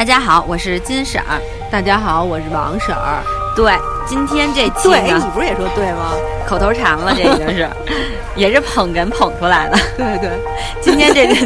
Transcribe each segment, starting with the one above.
家好，我是金婶儿。 大家好，我是王婶儿。 对，今天这期对，你不是也说对吗？ 口头禅了，这已经是，也是捧哏捧出来的。 对对， 今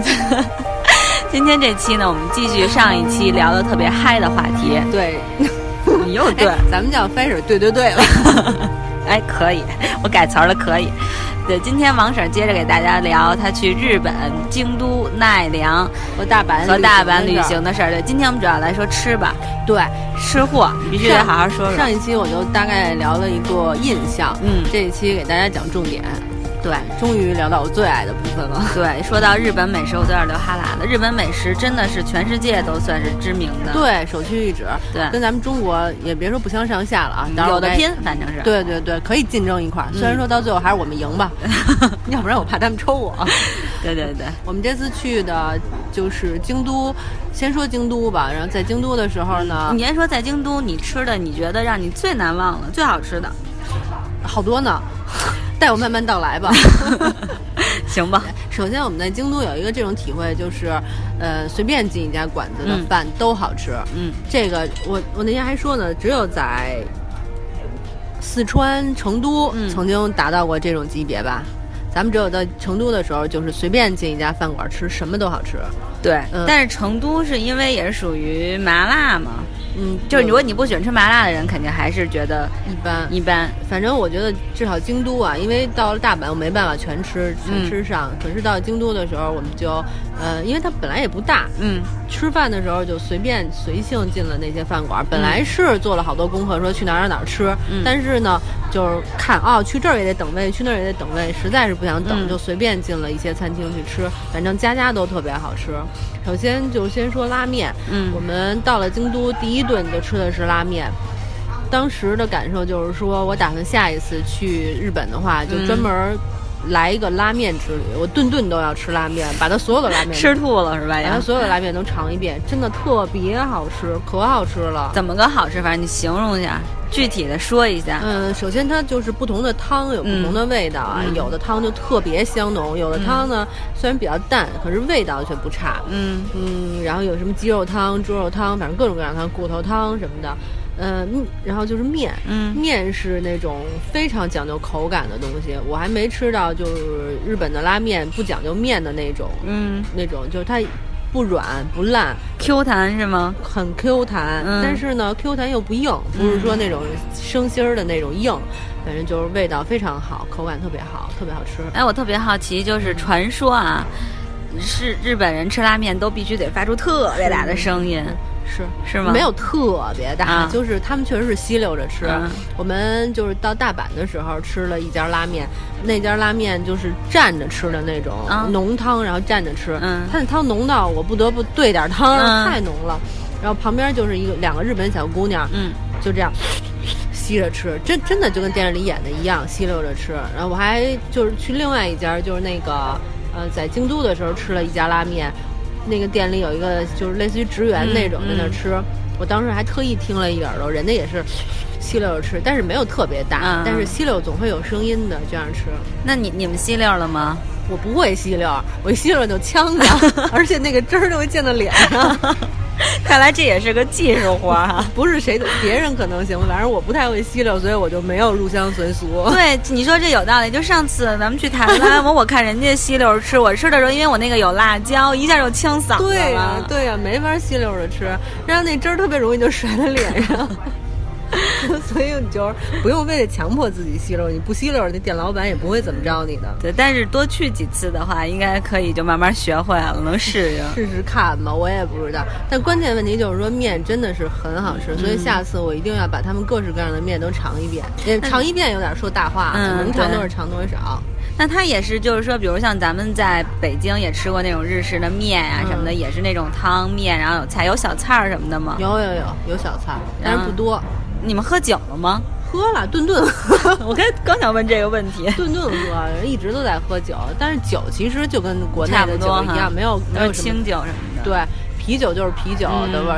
天这期呢，我们继续上一期聊的特别嗨的话题。 对， 你又对， 咱们叫翻水对了。 哎，可以，我改词儿了，可以。对，今天王婶接着给大家聊她去日本京都、奈良和大阪旅行的事儿。对，今天我们主要来说吃吧。 对， 吃货你必须得好好说说。 上一期我就大概聊了一个印象，这一期给大家讲重点。对，终于聊到我最爱的部分了。 对，说到日本美食，我都有点流哈喇子。日本美食真的是全世界都算是知名的， 对，首屈一指。 对， 跟咱们中国也别说不相上下了啊， 有的拼，反正是。 对对对，可以竞争一块儿。虽然说到最后还是我们赢吧，要不然我怕他们抽我。 对对对， 我们这次去的就是京都，先说京都吧。然后在京都的时候呢， 你先说在京都你吃的，你觉得让你最难忘的、最好吃的， 好多呢。带我慢慢道来吧。 行吧。 首先我们在京都有一个这种体会，就是随便进一家馆子的饭都好吃。这个我那天还说呢，只有在四川成都曾经达到过这种级别吧。咱们只有在成都的时候，就是随便进一家饭馆吃什么都好吃。 对，但是成都是因为也是属于麻辣嘛。就是如果你不喜欢吃麻辣的人，肯定还是觉得一般。 反正我觉得至少京都啊，因为到了大阪我没办法全吃上，可是到京都的时候，我们就因为它本来也不大，吃饭的时候就随性进了那些饭馆。本来是做了好多功课，说去哪儿吃，但是呢，就是看去这儿也得等位，去那儿也得等位，实在是不想等，就随便进了一些餐厅去吃，反正家都特别好吃。首先就先说拉面，我们到了京都第一顿就吃的是拉面。当时的感受就是说，我打算下一次去日本的话，就专门来一个拉面之旅，我顿顿都要吃拉面，把它所有的拉面吃吐了是吧？ 把它所有的拉面都尝一遍，真的特别好吃，可好吃了。 怎么个好吃法？你形容一下，具体的说一下。 首先它就是不同的汤有不同的味道啊，有的汤就特别香浓，有的汤呢虽然比较淡，可是味道却不差。然后有什么鸡肉汤、猪肉汤，反正各种各样的汤，骨头汤什么的。然后就是面，面是那种非常讲究口感的东西，我还没吃到就是日本的拉面不讲究面的那种，那种就是它不软不烂 ，Q 弹是吗？ 很 Q 弹，但是呢 Q 弹又不硬，不是说那种生心儿的那种硬，反正就是味道非常好，口感特别好，特别好吃。 哎，我特别好奇，就是传说啊，是日本人吃拉面都必须得发出特别大的声音。是吗？ 没有特别大，就是他们确实是吸溜着吃。我们就是到大阪的时候吃了一家拉面，那家拉面就是蘸着吃的那种浓汤，然后蘸着吃。它那汤浓到我不得不兑点汤，太浓了。然后旁边就是两个日本小姑娘，就这样吸着吃，真的就跟电视里演的一样，吸溜着吃。然后我还就是去另外一家，就是那个在京都的时候吃了一家拉面。那个店里有一个就是类似于职员那种在那吃，我当时还特意听了一耳朵，人家也是吸溜着吃，但是没有特别大，但是吸溜总会有声音的，这样吃。 那你们吸溜了吗？ 我不会吸溜，我一吸溜就呛着，而且那个汁儿都会溅到脸上。 看来这也是个技术活啊！ 不是别人可能行，反正我不太会吸溜，所以我就没有入乡随俗。 对，你说这有道理。就上次咱们去台湾，我看人家吸溜吃，我吃的时候，因为我那个有辣椒，一下就呛嗓子了。 对呀，没法吸溜着吃，然后那汁儿特别容易就甩在脸上。所以你就不用非得强迫自己吸溜，你不吸溜，那店老板也不会怎么着你的。 对，但是多去几次的话，应该可以就慢慢学会了，能适应。 试试看吧，我也不知道。但关键问题就是说面真的是很好吃，所以下次我一定要把他们各式各样的面都尝一遍。尝一遍有点说大话，能尝多少尝多少。 那它也是，就是说，比如像咱们在北京也吃过那种日式的面啊什么的，也是那种汤面，然后有菜有小菜什么的吗？ 有小菜，但是不多。 你们喝酒了吗？ 喝了，顿顿。 我刚想问这个问题。 顿喝，一直都在喝酒，但是酒其实就跟国内的酒一样，没有清酒什么的。 对，啤酒就是啤酒的味儿，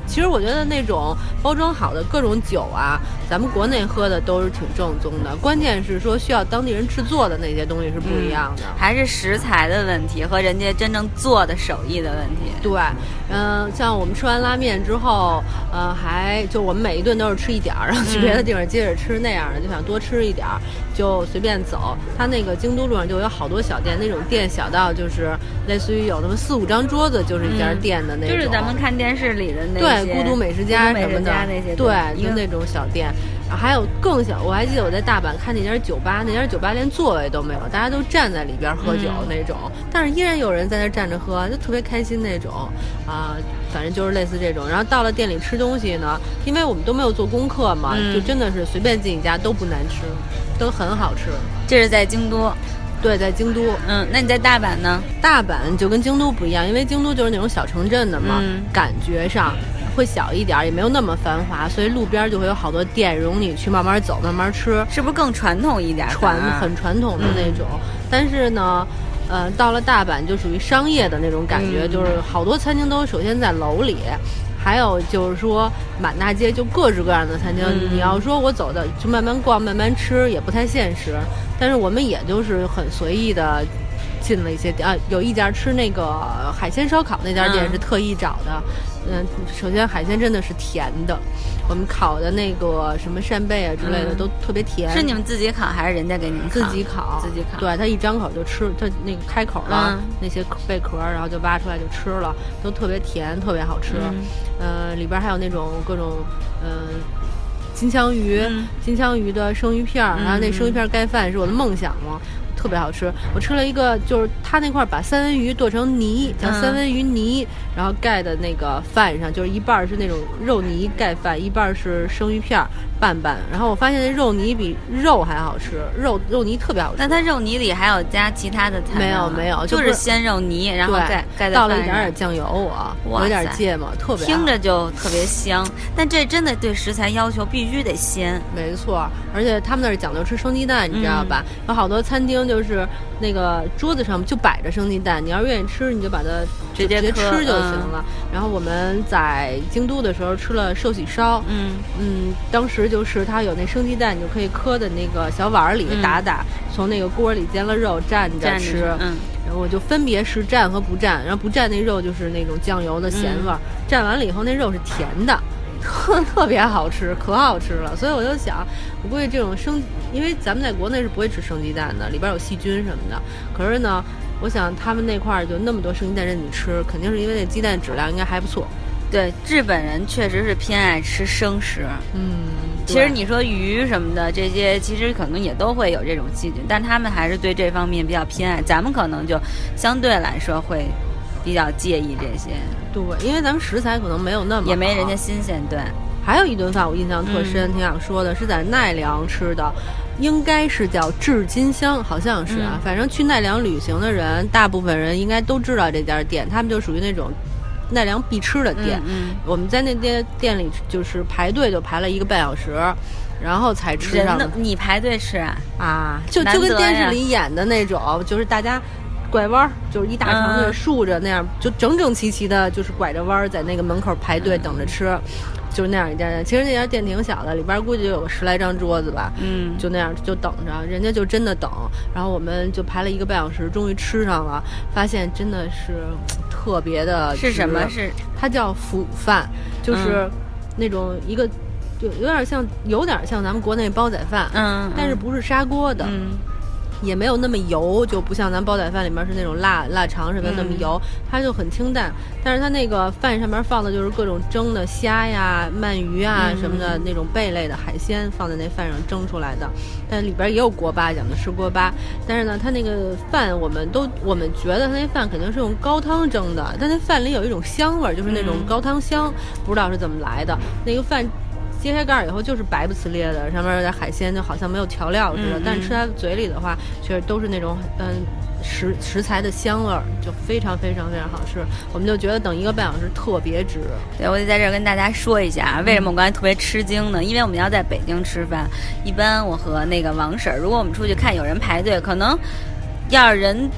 其实我觉得那种包装好的各种酒啊，咱们国内喝的都是挺正宗的，关键是说需要当地人制作的那些东西是不一样的， 还是食材的问题和人家真正做的手艺的问题。 对，像我们吃完拉面之后，还就我们每一顿都是吃一点儿，然后去别的地方接着吃那样的，就想多吃一点儿，就随便走。它那个京都路上就有好多小店，那种店小到就是类似于有那么4-5张桌子就是一家店的那种， 就是咱们看电视里的那些， 对，孤独美食家什么的那些， 对，就那种小店。还有更小，我还记得我在大阪看那家酒吧，那家酒吧连座位都没有，大家都站在里边喝酒那种，但是依然有人在那站着喝，就特别开心那种反正就是类似这种。然后到了店里吃东西呢，因为我们都没有做功课嘛，就真的是随便进一家都不难吃，都很好吃。 这是在京都。 对，在京都。 那你在大阪呢？ 大阪就跟京都不一样，因为京都就是那种小城镇的嘛，感觉上会小一点，也没有那么繁华，所以路边就会有好多店容你去慢慢走慢慢吃。 是不是更传统一点？ 很传统的那种。但是呢到了大阪就属于商业的那种感觉，就是好多餐厅都首先在楼里，还有就是说满大街就各式各样的餐厅，你要说我走的就慢慢逛慢慢吃也不太现实，但是我们也就是很随意的进了一些店有一家吃那个海鲜烧烤那家店是特意找的。首先海鲜真的是甜的，我们烤的那个什么扇贝啊之类的都特别甜。 是你们自己烤还是人家给你们烤？ 自己烤。对，他一张口就吃，他那个开口了，那些贝壳然后就挖出来就吃了，都特别甜特别好吃。里边还有那种各种金枪鱼的生鱼片，然后那生鱼片盖饭是我的梦想嘛，特别好吃。我吃了一个，就是他那块把三文鱼剁成泥，叫三文鱼泥，然后盖的那个饭上，就是一半是那种肉泥盖饭，一半是生鱼片拌拌。然后我发现那肉泥比肉还好吃，肉泥特别好吃。 那它肉泥里还有加其他的菜吗？没有， 就是鲜肉泥，然后盖在倒了一点酱油，有点芥末，特别好， 听着就特别香。但这真的对食材要求必须得鲜， 没错。而且他们那儿讲究吃生鸡蛋，你知道吧？有好多餐厅就是那个桌子上就摆着生鸡蛋，你要愿意吃你就把它直接吃就行了。然后我们在京都的时候吃了寿喜烧，当时就是它有那生鸡蛋，你就可以磕在那个小碗里打，从那个锅里煎了肉蘸着吃。然后我就分别是蘸和不蘸，然后不蘸那肉就是那种酱油的咸味，蘸完了以后那肉是甜的。特别好吃，可好吃了。所以我就想，我估计这种因为咱们在国内是不会吃生鸡蛋的，里边有细菌什么的。可是呢，我想他们那块儿就那么多生鸡蛋任你吃，肯定是因为那鸡蛋质量应该还不错。 对，日本人确实是偏爱吃生食。其实你说鱼什么的这些，其实可能也都会有这种细菌，但他们还是对这方面比较偏爱。咱们可能就相对来说会比较介意这些。 对，因为咱们食材可能没有那么好， 也没人家新鲜。对， 还有一顿饭我印象特深，挺想说的，是在奈良吃的，应该是叫至今香，好像是反正去奈良旅行的人，大部分人应该都知道这家店，他们就属于那种奈良必吃的店。我们在那店里就是排队就排了1个半小时，然后才吃上的。 你排队吃就跟电视里演的那种，就是大家拐弯，就是一大长队竖着那样，就整整齐齐的，就是拐着弯在那个门口排队等着吃，就是那样一家店。其实那家店挺小的，里边估计就有个10来张桌子吧，就那样就等着，人家就真的等。然后我们就排了1个半小时，终于吃上了，发现真的是特别的。 是什么？是它叫腐饭，就是那种一个就有点像咱们国内煲仔饭，但是不是砂锅的。也没有那么油，就不像咱煲仔饭里面是那种腊肠什么的那么油，它就很清淡。但是它那个饭上面放的就是各种蒸的虾呀、鳗鱼啊什么的那种贝类的海鲜放在那饭上蒸出来的，但里边也有锅巴，讲的是锅巴。但是呢，它那个饭我们觉得它那饭肯定是用高汤蒸的，但那饭里有一种香味，就是那种高汤香，不知道是怎么来的。那个饭揭开盖以后就是白不呲咧的，上面的海鲜就好像没有调料似的，但是吃在嘴里的话，确实都是那种食材的香味儿，就非常非常非常好吃。我们就觉得等1个半小时特别值。 对，我得在这儿跟大家说一下，为什么我刚才特别吃惊呢？因为我们要在北京吃饭，一般我和那个王婶，如果我们出去看有人排队，可能要是人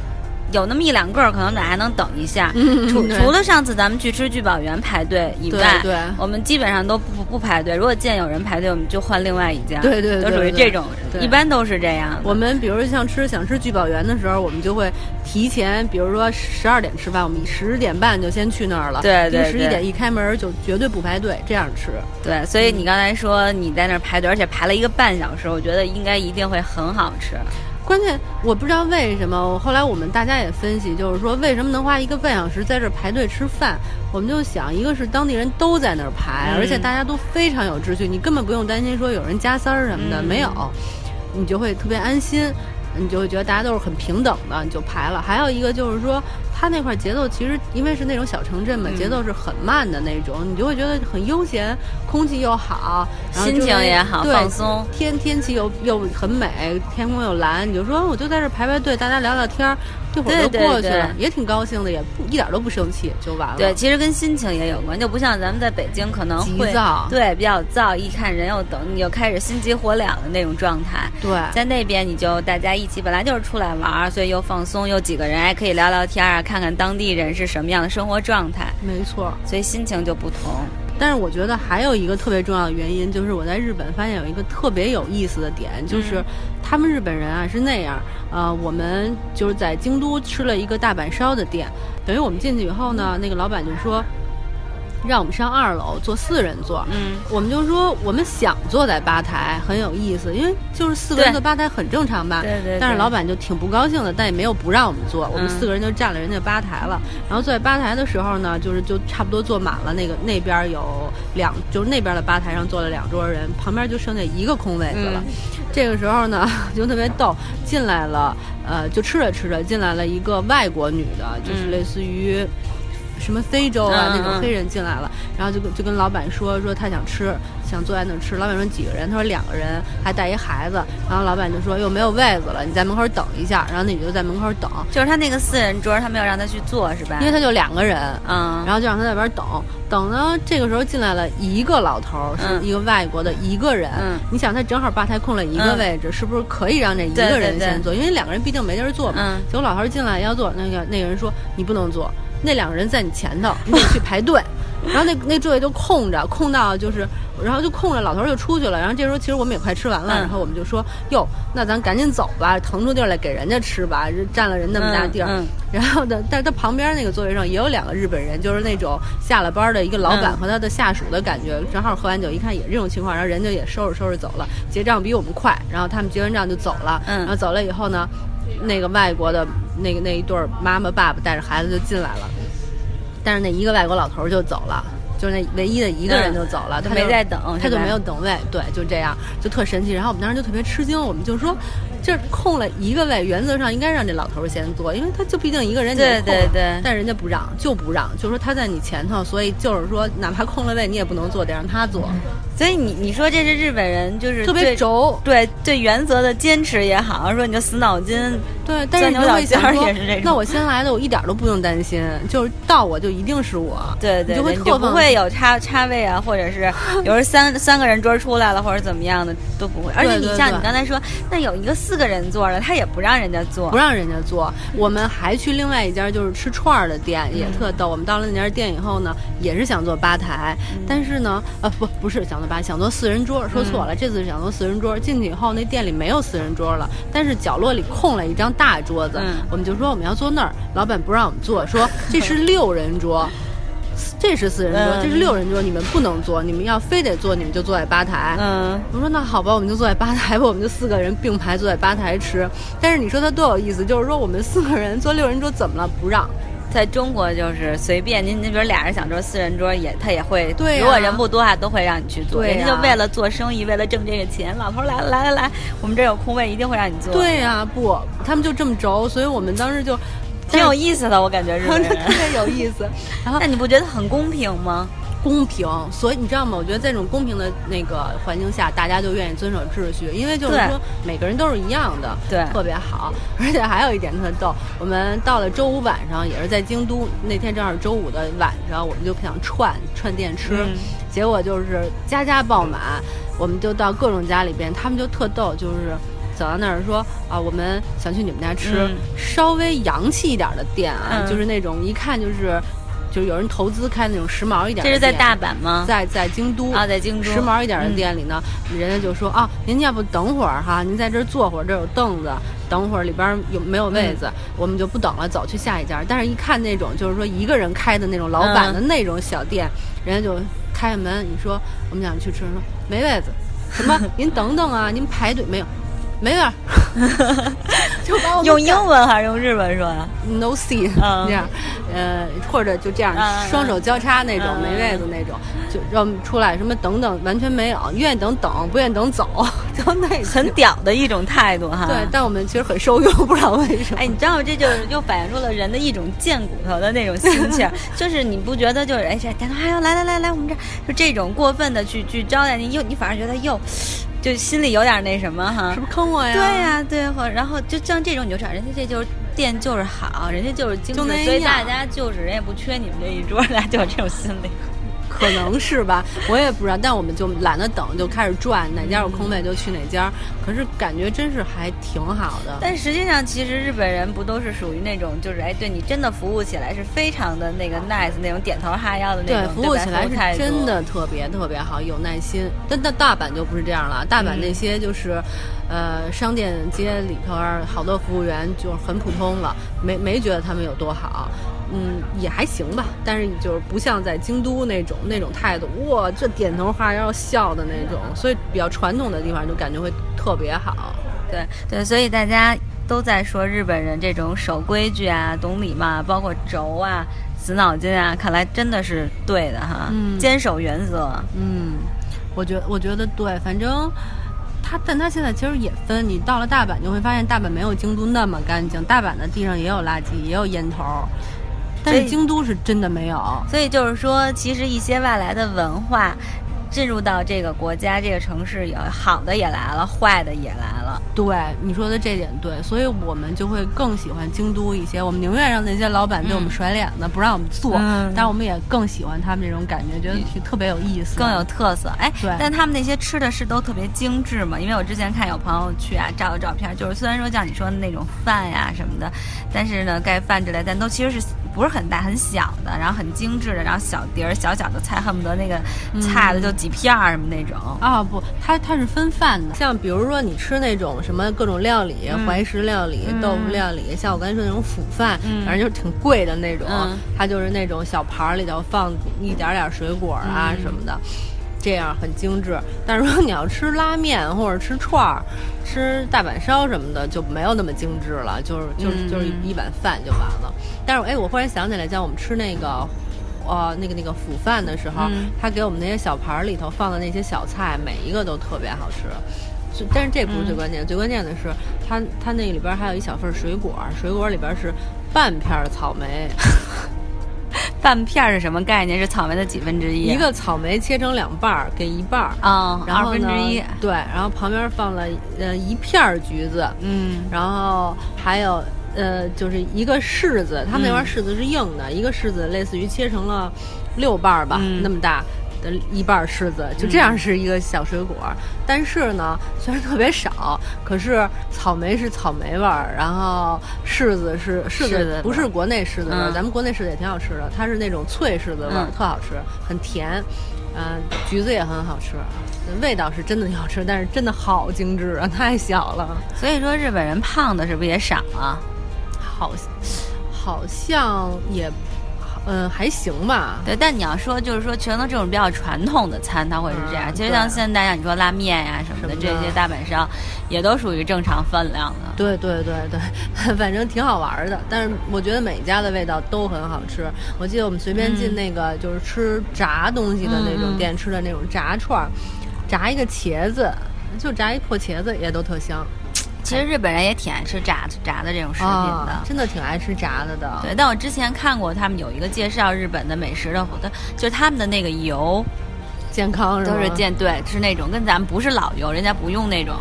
有那么1-2个，可能咱还能等一下。除了上次咱们去吃聚宝园排队以外， 对， 我们基本上都不排队。如果见有人排队，我们就换另外一家。 对， 都属于这种，一般都是这样。 我们比如想吃聚宝园的时候，我们就会提前，比如说12点吃饭，我们10点半就先去那儿了。 对 ，11点一开门就绝对不排队，这样吃。 对，所以你刚才说你在那儿排队，而且排了1个半小时，我觉得应该一定会很好吃。 关键我不知道为什么，后来我们大家也分析，就是说为什么能花1个半小时在这儿排队吃饭？我们就想，一个是当地人都在那儿排，而且大家都非常有秩序，你根本不用担心说有人加塞儿什么的，没有，你就会特别安心，你就会觉得大家都是很平等的，你就排了。还有一个就是说，它那块节奏其实因为是那种小城镇嘛，节奏是很慢的那种，你就会觉得很悠闲，空气又好，然后心情也好，放松。 天气又很美，天空又蓝，你就说我就在这排队，大家聊聊天，这会儿就过去了，也挺高兴的，一点都不生气，就完了。 对，其实跟心情也有关，就不像咱们在北京可能会急躁， 对，比较躁，一看人又等，你就开始心急火燎的那种状态。 对， 在那边你就大家一起，本来就是出来玩，所以又放松，又几个人还可以聊聊天啊，看看当地人是什么样的生活状态。 没错， 所以心情就不同。 但是我觉得还有一个特别重要的原因，就是我在日本发现有一个特别有意思的点，就是他们日本人啊是那样，我们就是在京都吃了一个大阪烧的店，等于我们进去以后呢，那个老板就说让我们上2楼坐4人座，我们就说我们想坐在吧台，很有意思，因为就是4个人坐吧台很正常吧。 对。 但是老板就挺不高兴的，但也没有不让我们坐，我们4个人就占了人家吧台了。然后坐在吧台的时候呢，就差不多坐满了，那边有就是那边的吧台上坐了2桌人，旁边就剩下1个空位子了。这个时候呢，就特别逗，进来了，就吃着吃着进来了一个外国女的，就是类似于什么非洲啊那种黑人进来了，然后就跟老板说他想坐在那吃，老板说几个人，他说2个人还带一孩子，然后老板就说又没有位子了，你在门口等一下，然后那女就在门口等， 就是他那个4人桌他没有让他去坐是吧？ 因为他就2个人，然后就让他在那边等呢，这个时候进来了一个老头，是一个外国的1个人，你想他正好吧台空了1个位置，是不是可以让这1个人先坐？因为2个人毕竟没地儿坐嘛。结果老头进来要坐，那个人说你不能坐，那2个人在你前头，你得去排队。然后那座位就空到就是，然后就空着，老头就出去了。然后这时候其实我们也快吃完了，然后我们就说哟，那咱赶紧走吧，腾出地儿来给人家吃吧，占了人那么大地儿。然后呢，但是他旁边那个座位上也有2个日本人，就是那种下了班的一个老板和他的下属的感觉，正好喝完酒一看也是这种情况，然后人家也收拾走了，结账比我们快，然后他们结完账就走了。然后走了以后呢，那个外国的那一对妈妈爸爸带着孩子就进来了。但是那1个外国老头就走了，就是那唯一的1个人就走了，他没在等， 他就没有等位，对，就这样，就特神奇。然后我们当时就特别吃惊，我们就说，这空了1个位，原则上应该让这老头先坐，因为他就毕竟1个人， 对， 但人家不让，就说他在你前头，所以就是说，哪怕空了位，你也不能坐，得让他坐。 所以你说这是日本人就是特别轴， 对原则的坚持也好，说你就死脑筋， 对，但是你会想说，那我先来的，我一点都不用担心，就是到我就一定是我， 对， 你就会你就不会有插位啊，或者是有时三个人桌出来了或者怎么样的都不会。而且你像你刚才说，那有一个4个人坐的，他也不让人家坐，我们还去另外一家就是吃串的店，也特逗。我们到了那家店以后呢，也是想坐吧台，但是呢，不是想坐4人桌，说错了，这次是想坐4人桌。进去以后，那店里没有4人桌了，但是角落里空了一张大桌子，我们就说我们要坐那儿，老板不让我们坐，说这是6人桌。这是4人桌，这是6人桌，你们不能坐，你们要非得坐，你们就坐在吧台。我说那好吧，我们就坐在吧台吧，我们就4个人并排坐在吧台吃。但是你说他多有意思，就是说我们4个人坐6人桌怎么了？不让。 在中国就是随便，您比如2人想坐4人桌他也会， 对， 如果人不多都会让你去坐， 对， 人家就为了做生意，为了挣这个钱，老头来，我们这有空位，一定会让你坐。 对呀，不，他们就这么轴，所以我们当时就挺有意思的，我感觉日本人特别有意思。然后， 那你不觉得很公平吗？ 公平，所以你知道吗？我觉得在这种公平的那个环境下，大家就愿意遵守秩序，因为就是说每个人都是一样的， 对， 特别好。而且还有一点特逗，我们到了周5晚上，也是在京都，那天正好周5的晚上，我们就想串店吃，结果就是家家爆满，我们就到各种家里边，他们就特逗，就是走到那儿说啊，我们想去你们家吃稍微洋气一点的店啊，就是那种一看就是有人投资开那种时髦一点的店。 这是在大阪吗？ 在京都啊，在京都时髦一点的店里呢，人家就说啊，您要不等会儿哈，您在这儿坐会儿，这有凳子，等会儿里边没有位子，我们就不等了，走去下一家。但是一看那种就是说一个人开的那种老板的那种小店，人家就开开门，你说我们想去吃，说没位子，什么您等等啊，您排队没有？没有，就把我用英文还是用日文说呀 ？No see， 这样，或者就这样双手交叉那种，没位子那种，就让出来什么等等，完全没有，愿意等，不愿意等走，就那很屌的一种态度哈。 对，但我们其实很受用，不知道为什么。 哎，你知道这就是又反映出了人的一种贱骨头的那种心情，就是你不觉得就是哎这点头还要来我们这就这种过分的去招待你反而觉得就心里有点那什么哈， 是不是坑我呀？ 对呀，对，然后就像这种你就知道，人家这就是店就是好，人家就是精致，所以大家就是人也不缺你们这一桌，大家就有这种心理。 可能是吧，我也不知道，但我们就懒得等，就开始转，哪家有空位就去哪家。可是感觉真是还挺好的。 但实际上，其实日本人不都是属于那种，就是哎，对你真的服务起来是非常的那个 nice 那种点头哈腰的那种， 对，服务起来是真的特别特别好，有耐心。但大阪就不是这样了，大阪那些就是，商店街里头好多服务员就很普通了，没觉得他们有多好。也还行吧，但是就是不像在京都那种态度，哇，这点头哈腰笑的那种，所以比较传统的地方就感觉会特别好。 对，所以大家都在说日本人这种守规矩啊、懂礼貌，包括轴啊、死脑筋啊，看来真的是对的哈，坚守原则。 我觉得对，反正。但它现在其实也分，你到了大阪就会发现大阪没有京都那么干净，大阪的地上也有垃圾，也有烟头，但是京都是真的没有。 所以就是说，其实一些外来的文化进入到这个国家、这个城市，有好的也来了，坏的也来了。 对，你说的这点对，所以我们就会更喜欢京都一些。我们宁愿让那些老板对我们甩脸子，不让我们做，但我们也更喜欢他们这种感觉，觉得特别有意思， 更有特色。哎， 对， 但他们那些吃的是都特别精致嘛？因为我之前看有朋友去啊，照的照片，就是虽然说像你说的那种饭呀什么的，但是呢，盖饭之类，但都其实是不是很大很小的，然后很精致的，然后小碟儿小的菜，恨不得那个菜的就几片什么那种。 不，它是分饭的，像比如说你吃那种什么各种料理，怀石料理、豆腐料理，像我刚才说那种腐饭，反正就是挺贵的那种，它就是那种小盘里头放一点水果啊什么的，这样很精致。但是如果你要吃拉面或者吃串儿、吃大阪烧什么的，就没有那么精致了，就是一碗饭就完了。但是我忽然想起来，像我们吃那个腐饭的时候，他给我们那些小盘里头放的那些小菜，每一个都特别好吃。但是这不是最关键，最关键的是它那里边还有一小份水果，水果里边是半片草莓。 半片是什么概念？是草莓的几分之一？ 一个草莓切成2半，给1半然后呢 1/2。 对，然后旁边放了1片橘子，然后还有就是一个柿子，他们那边柿子是硬的，一个柿子类似于切成了6瓣吧，那么大的1瓣柿子，就这样是一个小水果。但是呢，虽然特别少，可是草莓是草莓味儿，然后柿子是柿子，不是国内柿子味儿，咱们国内柿子也挺好吃的，它是那种脆柿子味儿，特好吃，很甜。橘子也很好吃，味道是真的挺好吃，但是真的好精致啊，太小了。 所以说日本人胖的是不是也少啊？ 好像也还行吧。 对，但你要说就是说全都这种比较传统的餐，它会是这样。其实像现在像你说拉面呀什么的，这些大阪烧也都属于正常分量的。 对，反正挺好玩的。但是我觉得每家的味道都很好吃。我记得我们随便进那个就是吃炸东西的那种店，吃的那种炸串，炸一个茄子，就炸一破茄子也都特香。 其实日本人也挺爱吃炸的这种食品的， 真的挺爱吃炸的。 对，但我之前看过他们有一个介绍日本的美食的，就是他们的那个油健康是吧？ 都是对，是那种跟咱们不是老油，人家不用那种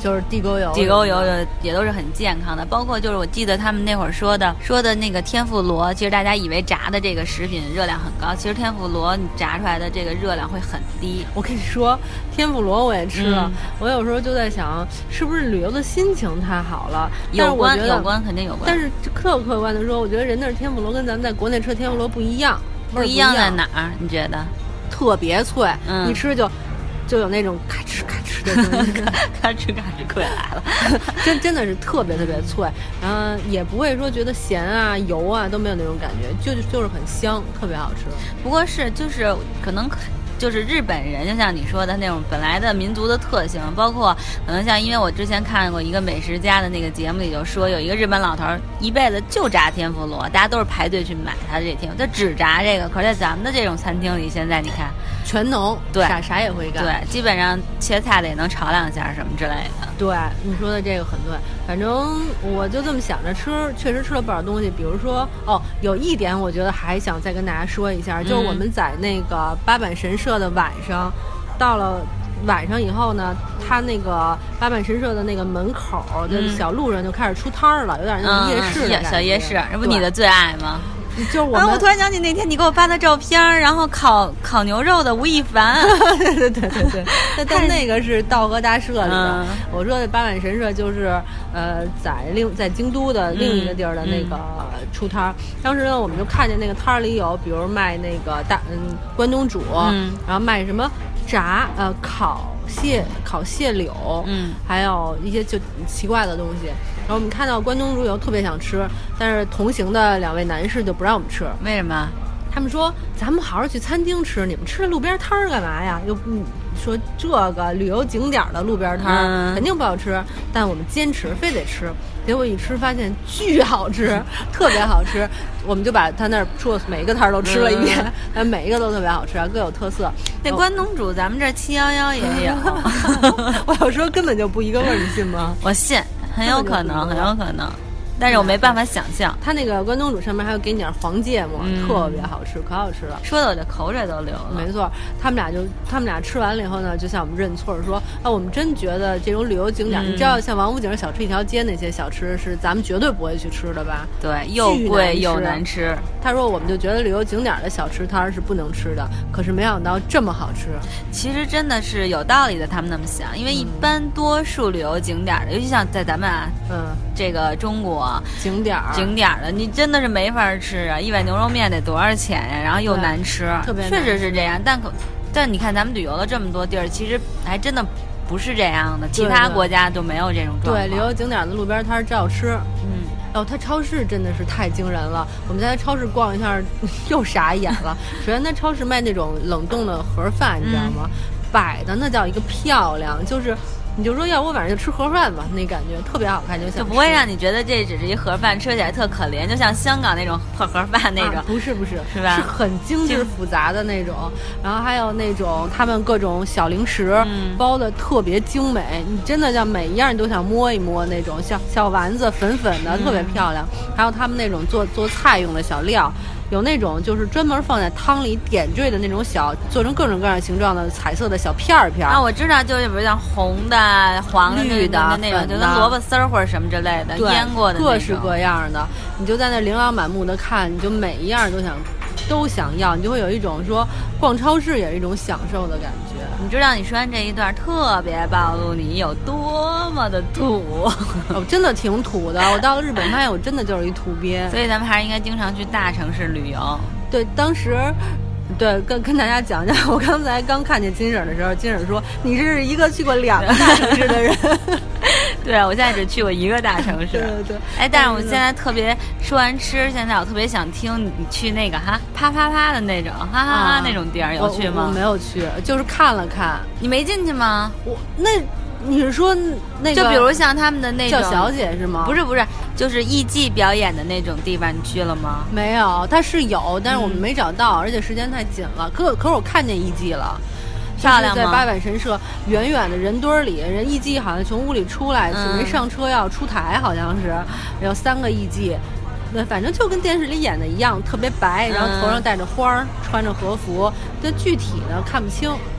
就是地沟油也都是很健康的。包括就是我记得他们那会儿说的那个天妇罗，其实大家以为炸的这个食品热量很高，其实天妇罗你炸出来的这个热量会很低。 我跟你说，天妇罗我也吃了，我有时候就在想，是不是旅游的心情太好了？ 有关肯定有关。 但是客观的说，我觉得人那天妇罗跟咱们在国内吃的天妇罗不一样。 不一样在哪儿？你觉得？ 特别脆，一吃就有那种咔哧咔哧的声音， 咔哧咔哧快来了， 真的是特别脆，然后也不会说觉得咸啊、油啊都没有那种感觉，就是很香，特别好吃。 不过就是可能。就是日本人，就像你说的那种本来的民族的特性，包括可能像，因为我之前看过一个美食家的那个节目里就说，有一个日本老头一辈子就炸天妇罗，大家都是排队去买他的这天妇罗，他只炸这个。可是在咱们的这种餐厅里，现在你看全能， 对， 啥也会干， 对，基本上切菜的也能炒两下什么之类的。 对，你说的这个很对，反正我就这么想着吃，确实吃了不少东西。比如说有一点我觉得还想再跟大家说一下，就是我们在那个八坂神社的晚上，到了晚上以后呢，他那个八坂神社的那个门口的小路上就开始出摊儿了，有点那种夜市的感觉， 小夜市，这不你的最爱吗？ 就是我突然想起那天你给我发的照片，然后烤牛肉的吴亦凡， 对，但那个是道和大社里的。我说的八坂神社就是在京都的另一个地儿的那个出摊儿。当时呢，我们就看见那个摊儿里有，比如卖那个关东煮，然后卖什么烤蟹柳，还有一些就奇怪的东西。然后我们看到关东煮以后特别想吃，但是同行的2位男士就不让我们吃。 为什么？ 他们说咱们好好去餐厅吃，你们吃路边摊儿干嘛呀？又说这个旅游景点的路边摊儿肯定不好吃，但我们坚持非得吃。结果一吃发现巨好吃，特别好吃。我们就把他那儿说每一个摊儿都吃了一遍，每一个都特别好吃，各有特色。 那关东煮咱们这711也有， 我有时候根本就不一个味儿，你信吗？ 我信，很有可能。但是我没办法想象， 它那个关东煮上面还有给你点黄芥末，特别好吃，可好吃了。 说的我这口水都流了。 没错，他们俩吃完了以后呢，就向我们认错说我们真觉得这种旅游景点，你知道像王府井小吃一条街那些小吃是咱们绝对不会去吃的吧？ 对，又贵又难吃。 他说我们就觉得旅游景点的小吃摊是不能吃的，可是没想到这么好吃。 其实真的是有道理的，他们那么想，因为一般多数旅游景点的，尤其像在咱们这个中国景点的，你真的是没法吃啊！一碗牛肉面得多少钱呀？然后又难吃， 特别确实是这样。但你看咱们旅游了这么多地儿，其实还真的不是这样的，其他国家都没有这种状况。 对，旅游景点的路边摊照吃。它超市真的是太惊人了。我们在超市逛一下，又傻眼了。首先，它超市卖那种冷冻的盒饭，你知道吗？摆的那叫一个漂亮，就是你就说要我晚上就吃盒饭吧，那感觉特别好看，就不会让你觉得这只是一盒饭，吃起来特可怜，就像香港那种破盒饭那种。 不是， 是吧？ 是很精致复杂的那种。然后还有那种他们各种小零食，包的特别精美，你真的像每一样你都想摸一摸那种小丸子，粉的，特别漂亮。还有他们那种做菜用的小料。有那种就是专门放在汤里点缀的那种做成各种各样形状的彩色的小片啊， 我知道，就是比如像红的、黄的、 绿的、 那种，就跟萝卜丝儿或者什么之类的腌过的， 各式各样的。你就在那琳琅满目的看，你就每一样都想要，你就会有一种说逛超市也是一种享受的感觉。 你知道你说完这一段特别暴露你有多么的土。 我真的挺土的，我到了日本发现我真的就是一土鳖。 所以咱们还是应该经常去大城市旅游。 对，当时跟大家讲讲，我刚才看见金婶的时候，金婶说你是一个去过2个大城市的人。 对啊，我现在只去过1个大城市。 对。 但是我现在特别说完吃，现在我特别想听你去那个啪啪啪的那种哈那种地儿，有去吗？ 我没有去，就是看了看。 你没进去吗？ 你是说那个？ 就比如像他们的那种叫小姐是吗？ 不是，就是艺伎表演的那种地方，你去了吗？ 没有，它是有，但是我们没找到，而且时间太紧了。可是我看见艺伎了。 漂亮吗？ 在八坂神社远远的人堆里，人艺伎好像从屋里出来，准备上车要出台，好像是有3个艺伎，反正就跟电视里演的一样，特别白，然后头上戴着花，穿着和服，但具体的看不清。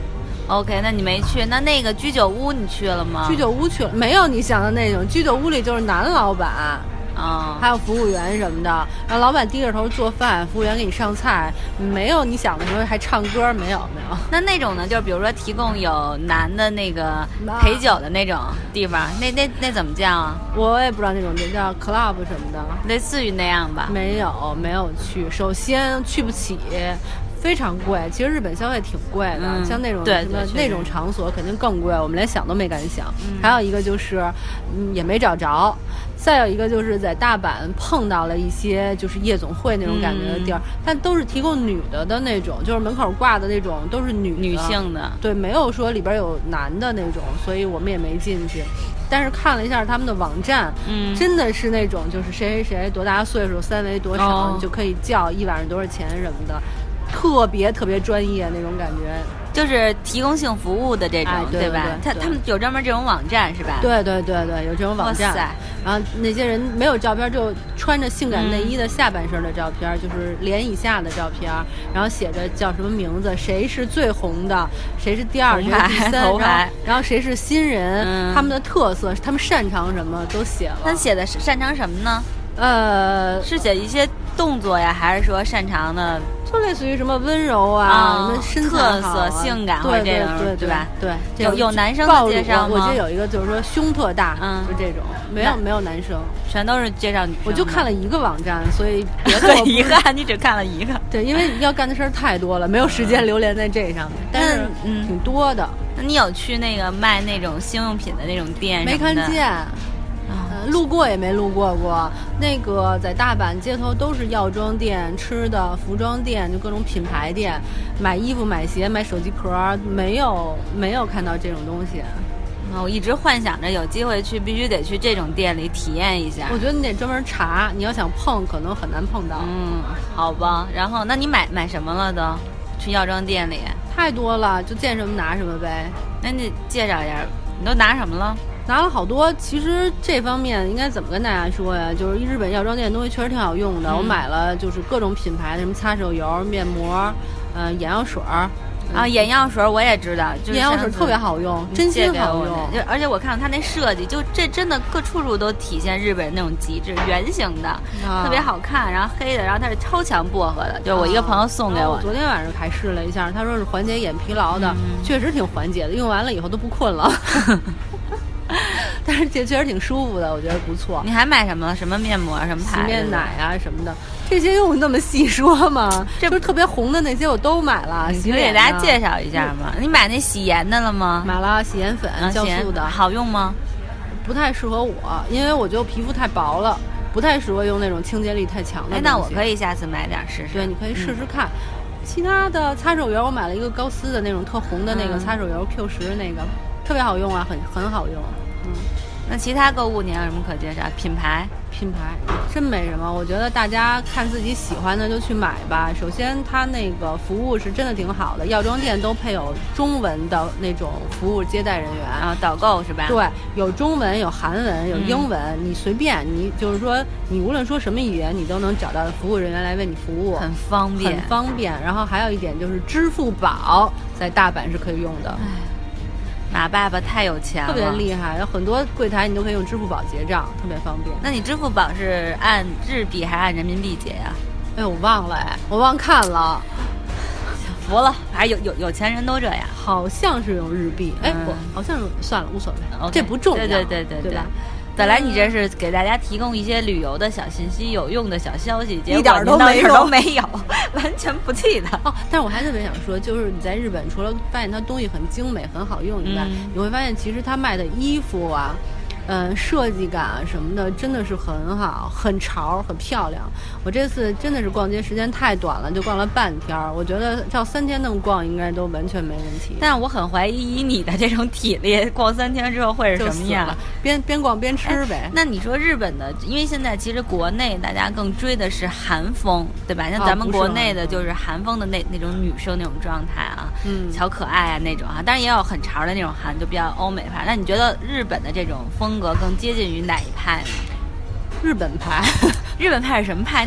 OK， 那你没去，那个居酒屋你去了吗？ 居酒屋去了，没有你想的那种，居酒屋里就是男老板。还有服务员什么的，然后老板低着头做饭，服务员给你上菜，没有你想的时候还唱歌，没有。 那种呢，就是比如说提供有男的那个陪酒的那种地方，那怎么叫啊？ 我也不知道那种叫 club 什么的， 类似于那样吧。 没有去，首先去不起。非常贵，其实日本消费挺贵的，像那种什么那种场所肯定更贵，我们连想都没敢想。还有一个就是，也没找着。再有一个就是在大阪碰到了一些就是夜总会那种感觉的地儿，但都是提供女的那种，就是门口挂的那种都是女性的， 对，没有说里边有男的那种，所以我们也没进去。但是看了一下他们的网站，真的是那种就是谁多大岁数，3围多少，你就可以叫一晚上多少钱什么的。特别专业那种感觉， 就是提供性服务的这种， 对吧？他们有专门这种网站是吧？ 对，有这种网站。然后那些人没有照片，就穿着性感内衣的下半身的照片，就是脸以下的照片，然后写着叫什么名字，谁是最红的，谁是第2，谁是第3，然后谁是新人，他们的特色，他们擅长什么都写了。 他写的是擅长什么呢？是写一些动作呀，还是说擅长的？ 就类似于什么温柔啊，什么身材特色、性感或者这种，对吧？ 对， 有男生的介绍吗？ 我记得有一个就是说胸特大，就这种，没有男生， 全都是介绍女生。 我就看了一个网站，所以别的很遗憾，你只看了一个。 对，因为要干的事儿太多了，没有时间流连在这上面。但是挺多的。 那你有去那个卖那种性用品的那种店？ 没看见。路过也没路过。那个在大阪街头都是药妆店、吃的、服装店，就各种品牌店，买衣服、买鞋、买手机壳，没有看到这种东西。 我一直幻想着有机会去，必须得去这种店里体验一下。 我觉得你得专门查，你要想碰，可能很难碰到。 好吧。然后，那你买什么了都？去药妆店里？ 太多了，就见什么拿什么呗。 那你介绍一下，你都拿什么了？ 拿了好多。其实这方面应该怎么跟大家说呀？就是日本药妆店的东西确实挺好用的。我买了就是各种品牌的，什么擦手油、面膜，眼药水眼药水我也知道，就是眼药水特别好用，真心好用。 而且我看它那设计，就这真的各处都体现日本那种极致，圆形的，特别好看，然后黑的，然后它是超强薄荷的，就是我一个朋友送给我。 昨天晚上还试了一下，他说是缓解眼疲劳的，确实挺缓解的，用完了以后都不困了。但是这确实挺舒服的，我觉得不错。 你还买什么？什么面膜？什么牌子？ 洗面奶啊什么的，这些用那么细说吗？这不是特别红的那些我都买了。 你可以给大家介绍一下吗？你买那洗颜的了吗？ 买了洗颜粉，酵素的， 好用吗？ 不太适合我，因为我觉得皮肤太薄了，不太适合用那种清洁力太强的。 那我可以下次买点试试。 对，你可以试试看。其他的擦手油，我买了一个高丝的那种特红的那个擦手油 Q10那个，特别好用啊，很好用。 那其他购物你有什么可介绍？品牌真没什么，我觉得大家看自己喜欢的就去买吧。首先它那个服务是真的挺好的，药妆店都配有中文的那种服务接待人员导购是吧？ 对，有中文，有韩文，有英文，你随便，你就是说你无论说什么语言，你都能找到服务人员来为你服务， 很方便。 然后还有一点就是支付宝在大阪是可以用的。 马爸爸太有钱了， 特别厉害，有很多柜台你都可以用支付宝结账，特别方便。 那你支付宝是按日币还是按人民币结呀？ 我忘了我忘看了。 服了，还是有钱人都这样。 好像是用日币，好像是，算了，无所谓，这不重要。 对吧？ 本来你这是给大家提供一些旅游的小信息、有用的小消息， 一点都没有，完全不记得。 但是我还特别想说，就是你在日本除了发现它东西很精美、很好用以外，你会发现其实它卖的衣服啊。设计感啊什么的真的是很好，很潮，很漂亮。我这次真的是逛街时间太短了，就逛了半天。我觉得照3天那么逛，应该都完全没问题。 但我很怀疑以你的这种体力，逛3天之后会是什么样？ 边逛边吃呗。 那你说日本的，因为现在其实国内大家更追的是韩风，对吧？像咱们国内的就是韩风的那种女生那种状态啊，小可爱啊那种啊，当然也有很潮的那种韩，就比较欧美派。那你觉得日本的这种风格更接近于哪一派呢？ 日本派是什么派？那是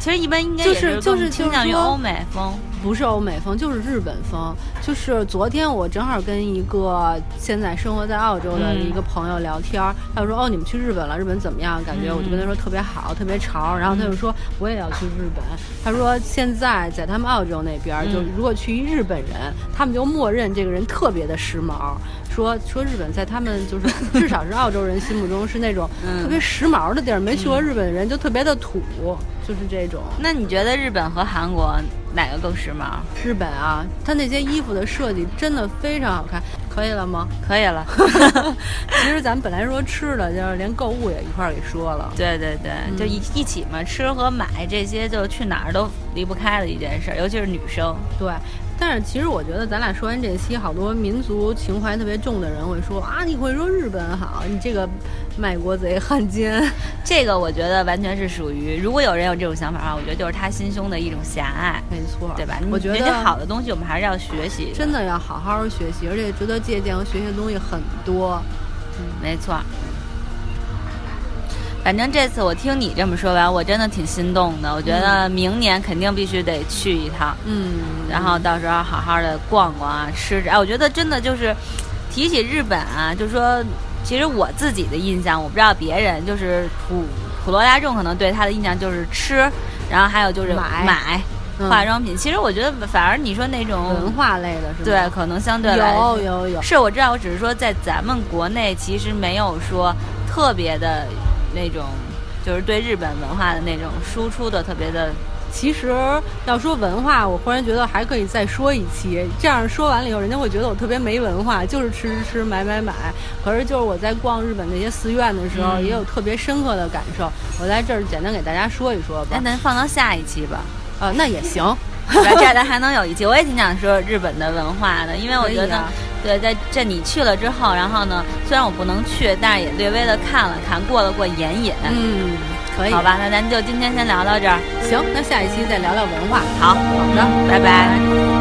其实一般应该也是倾向于欧美风。 不是欧美风，就是日本风。就是昨天我正好跟一个现在生活在澳洲的一个朋友聊天，他就说哦，你们去日本了，日本怎么样？感觉我就跟他说特别好，特别潮。然后他就说我也要去日本。他说现在在他们澳洲那边，就如果去日本人，他们就默认这个人特别的时髦。说日本在他们就是至少是澳洲人心目中是那种特别时髦的地儿，没去过日本的人就特别的土，就是这种。 那你觉得日本和韩国哪个更时髦？ 日本啊，它那些衣服的设计真的非常好看。可以了吗？ 可以了。 其实咱们本来说吃的，就是连购物也一块儿给说了。 对对对，就一起嘛，吃和买这些就去哪儿都离不开的一件事，尤其是女生。 对。但是其实我觉得咱俩说完这期，好多民族情怀特别重的人会说啊，你会说日本好，你这个卖国贼汉奸。 这个我觉得完全是属于，如果有人有这种想法的话，我觉得就是他心胸的一种狭隘。 没错， 对吧？ 我觉得人家好的东西我们还是要学习， 真的要好好学习，而且值得借鉴和学习的东西很多。 没错。反正这次我听你这么说完，我真的挺心动的。我觉得明年肯定必须得去一趟，然后到时候好好的逛逛啊，吃着。我觉得真的就是提起日本啊，就说其实我自己的印象，我不知道别人，就是普罗大众可能对他的印象就是吃，然后还有就是买化妆品。其实我觉得反而你说那种文化类的是吧？ 对，可能相对来说有。 是我知道，我只是说在咱们国内其实没有说特别的那种，就是对日本文化的那种输出的特别的。 其实要说文化，我忽然觉得还可以再说一期，这样说完了以后，人家会觉得我特别没文化，就是吃买。可是就是我在逛日本那些寺院的时候，也有特别深刻的感受。我在这儿简单给大家说一说吧。 那咱放到下一期吧。 那也行。 这样咱还能有一期。我也挺想说日本的文化的，因为我觉得，对，在这你去了之后，然后呢，虽然我不能去，但是也略微的看了看，过眼瘾。 可以。 好吧，那咱就今天先聊到这儿。 行，那下一期再聊聊文化。 好的，拜拜。